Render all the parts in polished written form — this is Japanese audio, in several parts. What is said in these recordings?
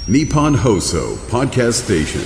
Nippon Hoso Podcast Station。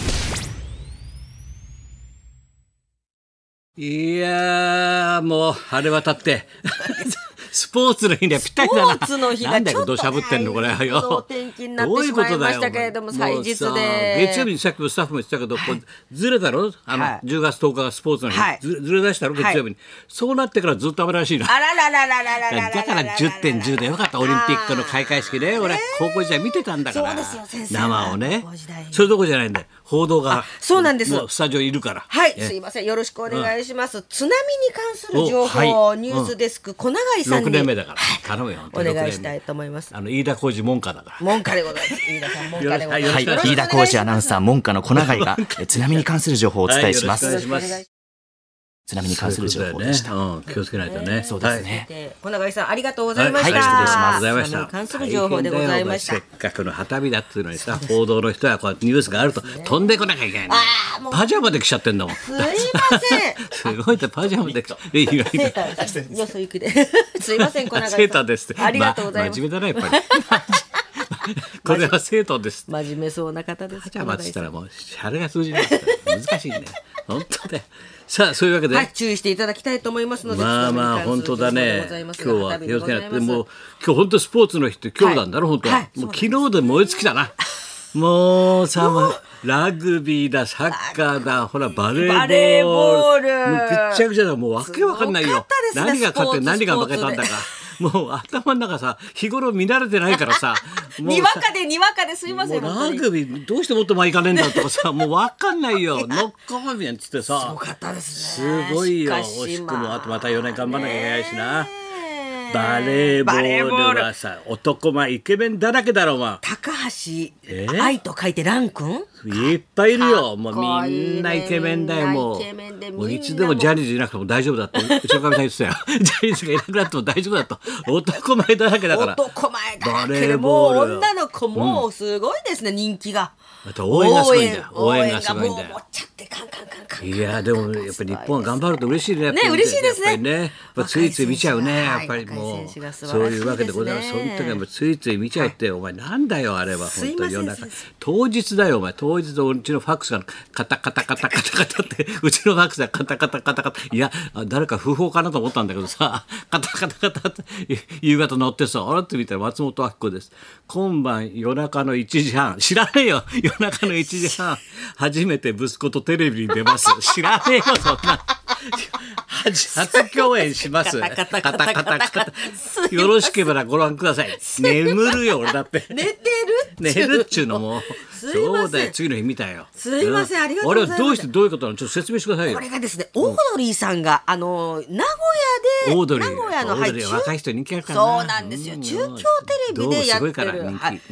いやーもう晴れ渡ってスポーツの日にはぴったりだな。 スポーツの日がちょっとなんだよどうしゃぶってんのこれよ。 お天気になってしまいましたけれども、祭日でもうさ月曜日にさっきもスタッフも言ってたけど、こうずれたろ、10月10日がスポーツの日、ずれ出したろ月曜日に、そうなってからずっと雨らしいな。 あららららららららだから10.10でよかった。オリンピックの開会式ね、俺高校時代見てたんだから。 そうですよ先生生をね高校時代。 それどころじゃないんだよ、報道が。 そうなんです。 もうスタジオいるから。 はい、すいません、よろしくお願いします。津波に関する情報、ニュースデスク小永井さんに 6年目だから頼むよ。 お願いしたいと思います。 飯田浩司門下だから。 門下でございます。飯田さん門下でございます。 よろしくお願いします飯田浩司アナウンサー門下の小永井が津波に関する情報をお伝えします。 はい、よろしくお願いします。 津波に関する情報でした。 気をつけないとね。 そうですね。 小永井さんありがとうございました。 はい失礼します津波に関する情報でございました。 せっかくの旗日だっていうのにさ、報道の人はこうやってニュースがあると飛んでこなきゃいけないの。パジャマで来ちゃってんだもん。 すいません。 すごいってパジャマで来ちゃって。 セーターですよそ行きで。すいません小永井さん。 セーターですって。 ありがとうございます。 真面目だねやっぱり。これはセーターです。 真面目そうな方です。 パジャマって言ったらもうシャレが通じないから難しいんだよ。本当で。さあそういうわけで、 はい、注意していただきたいと思いますので、 まあまあ本当だね。今日は気をつけないと。もう今日本当スポーツの日って今日なんだろ、本当は。もう昨日で燃え尽きたな。もうさ、ラグビーだ、サッカーだ、ほらバレーボール、もうぐっちゃぐちゃだ、もうわけわかんないよ。何が勝って何が負けたんだか。もう頭の中さ、日頃見慣れてないからさ、 にわかですいません。 ラグビーどうしてもっと前行かねえんだとかさ、もうわかんないよ。ノックオンみたいにつってさ、 すごかったですね。 すごいよ。惜しくもあとまた4年頑張んなきゃいけないしな。バレーボールはさ、男前イケメンだらけだろ、 高橋愛と書いてラン君いっぱいいるよ。もうみんなイケメンだよ。もういつでもジャニーズいなくても大丈夫だってうちのかみさん言ってたよ。ジャニーズがいなくなっても大丈夫だと。男前だらけだから。 男前だらけでもう女の子もすごいですね、人気が。 あと応援がすごいんだよ。応援がすごいんだよ。 もう持っちゃってカンカンカンカン。 いやでもやっぱり日本が頑張ると嬉しいね。 ね、嬉しいですね。 やっぱりね、ついつい見ちゃうね。やっぱりもうそういうわけでございます。その時はついつい見ちゃうって、お前なんだよあれは本当に夜中当日だよお前。当日のうちのファックスがカタカタカタカタカタってうちのファックスがカタカタカタカタ、いや誰か不法かなと思ったんだけどさ、カタカタカタって夕方乗ってさ、あらって見たら松本明子です。今晩夜中の1時半、知らねえよ。夜中の1時半初めて息子とテレビに出ます。知らねえよそんな。初共演します。カタカタカタカタ。よろしければご覧ください。眠るよ俺だって。寝るっちゅうのも。そうだよ、次の日見たよ。 すいません、ありがとうございます。 あれはどうしてどういうことなの、ちょっと説明してくださいよ。 これがですね、オードリーさんが名古屋でオードリー名古屋の若い人人気あるからな。 そうなんですよ。中京テレビでやってる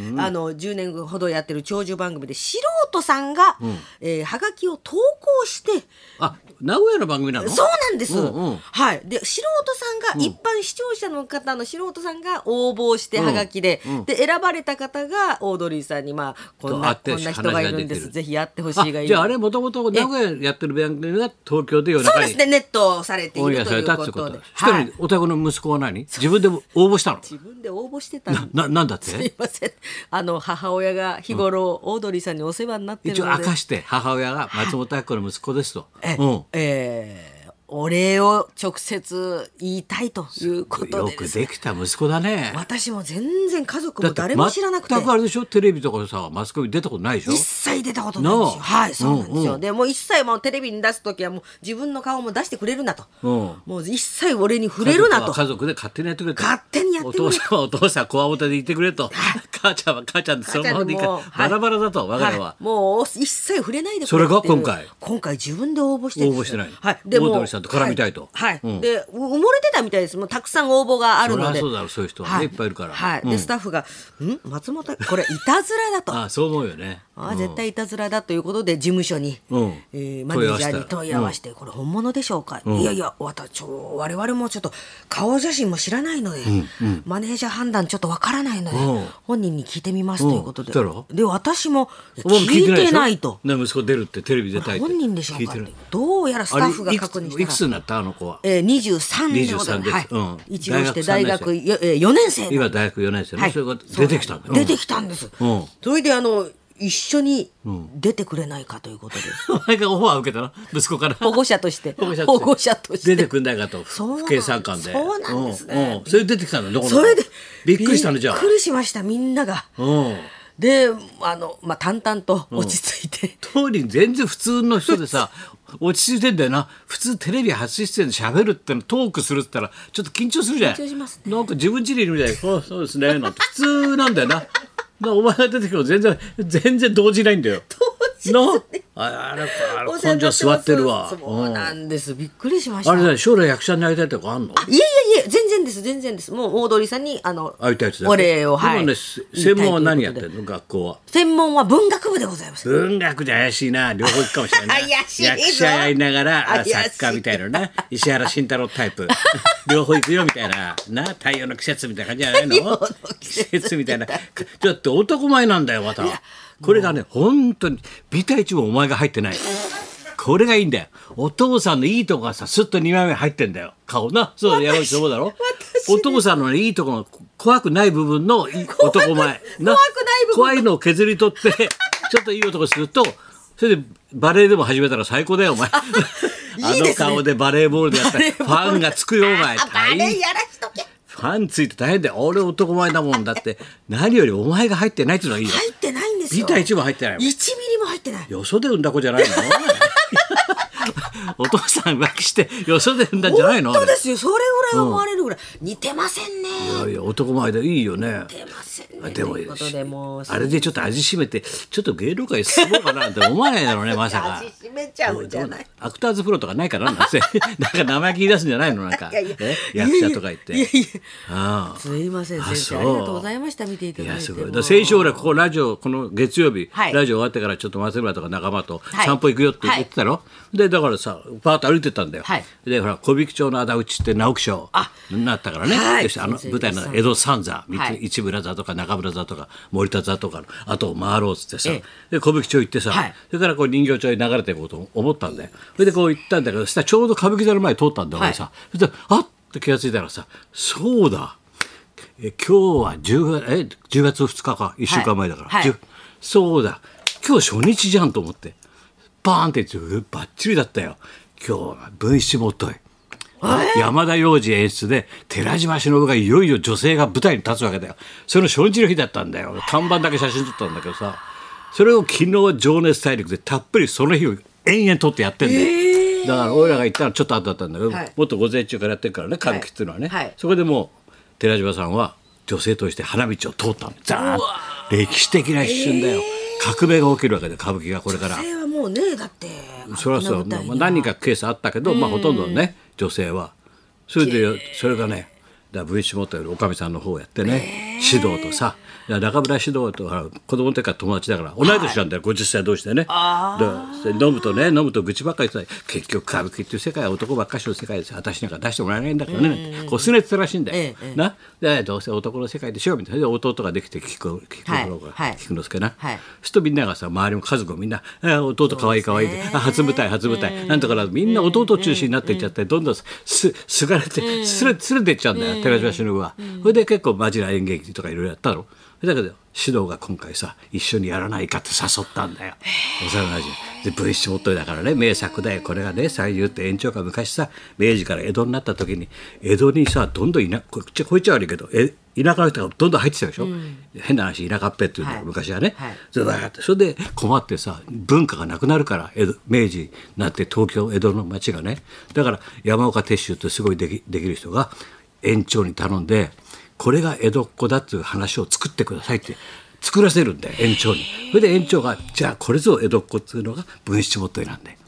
10年ほどやってる長寿番組で素人さんがはがきを投稿して、 名古屋の番組なの？ そうなんです。はい。で素人さんが一般視聴者の方の素人さんが応募してはがきで選ばれた方がオードリーさんにこんな人がいるんです。ぜひやってほしいがいい。 じゃああれもともと名古屋やってる番組が東京で夜中に。 そうですね、ネットされているということで。 一人お宅の息子は何？自分で応募したの？ 自分で応募してたの。 なんだって？ すいません。母親が日頃オードリーさんにお世話になってるので。 一応明かして母親が松本明子の息子ですと。 お礼を直接言いたいということで、 よくできた息子だね。 私も全然家族も誰も知らなくて。 全くあれでしょ、テレビとかさマスコミ出たことないでしょ。 一切出たことないんですよ。はい、そうなんですよ。でもう一切テレビに出す時はもう自分の顔も出してくれるなと、もう一切俺に触れるなと。 家族で勝手にやってくれと。 勝手にやってくれ。 お父さんはお父さん、こわもてでいてくれと。母ちゃんは母ちゃんでそのままでいいからバラバラだと。我が家はもう一切触れないでくれ。 それが今回自分で応募して。 応募してない。 はい。でもオードリーさんと絡みたいと。 はい。で埋もれてたみたいです。もうたくさん応募があるので。 そうだろう、そういう人はねいっぱいいるから。 はい。でスタッフが松本これいたずらだと。 そう思うよね。 絶対いたずらだということで事務所に、マネージャーに問い合わせて、これ本物でしょうか、いやいや我々もちょっと顔写真も知らないので、マネージャー判断ちょっとわからないので、本人に聞いてみますということで、で私も聞いてないと、 息子出るってテレビ出たいって本人でしょうかって、どうやらスタッフが確認したらいくつになったあの子は、 23でございます。一応して大学4年生、 今大学4年生ね、それが出てきたんだよ。 出てきたんです。それで一緒に出てくれないかということで、 お前がオファー受けたの、息子から保護者として出てくんないかと、不敬参観で。 そうなんですね。 それで出てきたの、どこの。 それでびっくりしたのじゃあ。 びっくりしました、みんなが。で淡々と落ち着いて、 通り全然普通の人でさ落ち着いてんだよな。普通テレビ初出演で喋るっての、トークするって言ったらちょっと緊張するじゃん。 緊張しますね。 なんか自分家にいるみたいにそうですねなんて普通なんだよな。お前が出てくるの全然動じないんだよ。あれ根性座ってるわ。 そうなんです。びっくりしました。 あれだ、将来役者になりたいとかあんの？ いえ全然です。もうオードリーさんに会いたいってお礼を。 でもね、専門は何やってんの、学校は？ 専門は文学部でございます。 文学で怪しいな、両方行くかもしれない。 怪しいぞ。 役者やりながら作家みたいなな、石原慎太郎タイプ両方行くよみたいな太陽の季節みたいな感じじゃないの？季節みたいな。ちょっと男前なんだよまた。これがね、本当にビタ一もお前が入ってない。これがいいんだよ。お父さんのいいとこがさ、スッと2枚目入ってんだよ、顔な。そうやろうと思うだろ。お父さんの、ね、いいとこの怖くない部分の男前な、怖いのを削り取ってちょっといい男すると、それでバレーでも始めたら最高だよお前。 いいですね、 顔でバレーボールでやったらファンがつくよお前。 バレーやらしとけ。 ファンついて大変だよ。俺男前だもんだって。何よりお前が入ってないっていうのがいいよ。 入ってないんですよ。 ビタ1も入ってないもん。 1ミリも入ってない。 よそで産んだ子じゃないの？お父さん浮気してよそで産んだんじゃないの？ 本当ですよ。それぐらい思われるぐらい、似てませんね。 いや男前でいいよね。 似てませんね。 でもあれでちょっと味しめてちょっと芸能界進もうかなって思わないだろうねまさか。 味しめちゃうんじゃない。 アクターズプロとかないからなんか名前聞き出すんじゃないのなんか役者とか言って。 すいません先生、ありがとうございました。見ていただいて。 すごい。先週俺ここラジオこの月曜日、ラジオ終わってからちょっと松村とか仲間と散歩行くよって言ってたろ。でだからさパーッと歩いてたんだよ。でほら小引町の仇討ちって直木賞になったからね。舞台の江戸三座、市村座とか中村座とか森田座とかあと回ろうっつってさ、で小引町行ってさ、それからこう人形町に流れていこうと思ったんだよ。それでこう行ったんだけど、そしたらちょうど歌舞伎座の前通ったんだよ俺さ。そしたらあっと気がついたらさ、そうだ。今日は10月2日か1週間前だから、そうだ今日初日じゃんと思ってバーンって言ってバッチリだったよ。今日は文七もっとい山田洋次演出で寺島しのぶがいよいよ女性が舞台に立つわけだよ。その初日の日だったんだよ。看板だけ写真撮ったんだけどさ、それを昨日情熱大陸でたっぷりその日を延々撮ってやってんだよ。だから俺らが行ったらちょっと後だったんだけど、もっと午前中からやってるからね歌舞伎っていうのはね、そこでもう寺島さんは女性として花道を通ったの。ザーッ歴史的な一瞬だよ。革命が起きるわけで歌舞伎がこれから。 女性はもうねだってそれはそう、何人かケースあったけど、ほとんどね女性はそれでそれがね文七元よりおかみさんの方をやってね、指導とさ中村指導と子供の時から友達だから同い年なんだよ、50歳同士でね。飲むと愚痴ばっかり言ってた。結局歌舞伎っていう世界は男ばっかしの世界ですよ。私なんか出してもらえないんだからね、こうすねてたらしいんだよ、なでどうせ男の世界でしょみたいな。で弟ができて菊之助な、するとみんながさ周りも家族もみんな弟かわいいかわいいで初舞台なんとかみんな弟中心になっていっちゃって、どんどんすがれてすれていっちゃうんだよ寺島しのぶは。それで結構マジな演劇とかいろいろやっただろ。だけど指導が今回さ一緒にやらないかって誘ったんだよ。幼馴染で文七元だからね、名作だよこれがね。西遊って延長が昔さ明治から江戸になった時に江戸にさどんどんこっちは悪いけど田舎の人がどんどん入ってきたでしょ、変な話田舎っぺっていうんだよ、昔はね、それで困ってさ文化がなくなるから明治になって東京江戸の町がね。だから山岡鉄舟ってすごいできる人が園長に頼んでこれが江戸っ子だっていう話を作ってくださいって作らせるんだよ園長に。それで園長がじゃあこれぞ江戸っ子っていうのが文七元結なんだよ。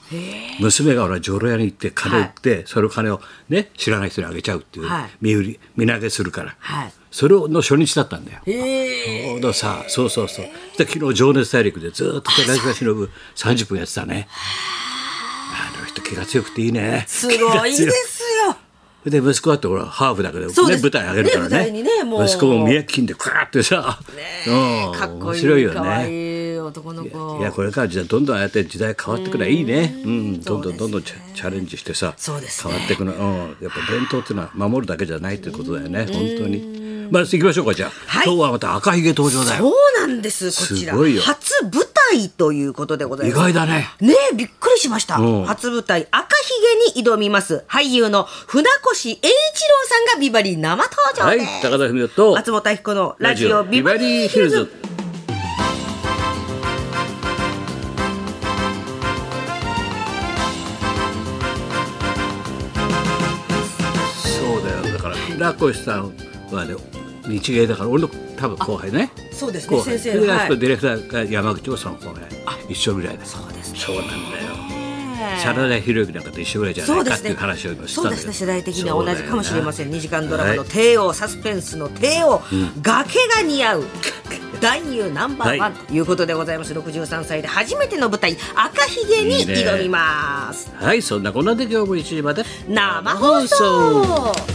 娘が俺は女郎屋に行って金売って、それを金をね知らない人にあげちゃうっていう、身投げするから、それの初日だったんだよ。ちょうどさ、そうで昨日情熱大陸でずっと寺島しのぶ30分やってたね。あの人気が強くていいね。 すごいですよ。 で息子だってほらハーフだけど、ね、舞台上げるからね。息子も見え金でクワーってさ、 かっこいい、 面白いよね。 かわいい男の子。 いやこれからどんどんああやって時代変わってくればいいね。どんどんチャレンジしてさ、変わっていくの。やっぱ伝統っていうのは守るだけじゃないってことだよね。本当に。まあ行きましょうか。じゃあ、今日はまた赤ひげ登場だよ。 そうなんです。こちら初舞台ということでございます。 意外だね。 ねえ、びっくりしました。初舞台赤ひげに挑みます俳優の船越英一郎さんがビバリー生登場です。 高田文夫と松本明子のラジオビバリーヒルズ。 そうだよ。だから船越さんはね、日芸だから俺の多分後輩ね。 そうですね、先生。 ディレクターが山口もその後輩一緒ぐらいで。そうですね。そうなんだよ。真田広之なんかと一緒ぐらいじゃないかっていう話を今したんだけど。 そうですね、世代的には同じかもしれません。2時間ドラマの帝王、サスペンスの帝王、崖が似合う男優ナンバーワンということでございます。63歳で初めての舞台赤ひげに挑みます。 はい、そんなこんなで今日も1時まで生放送。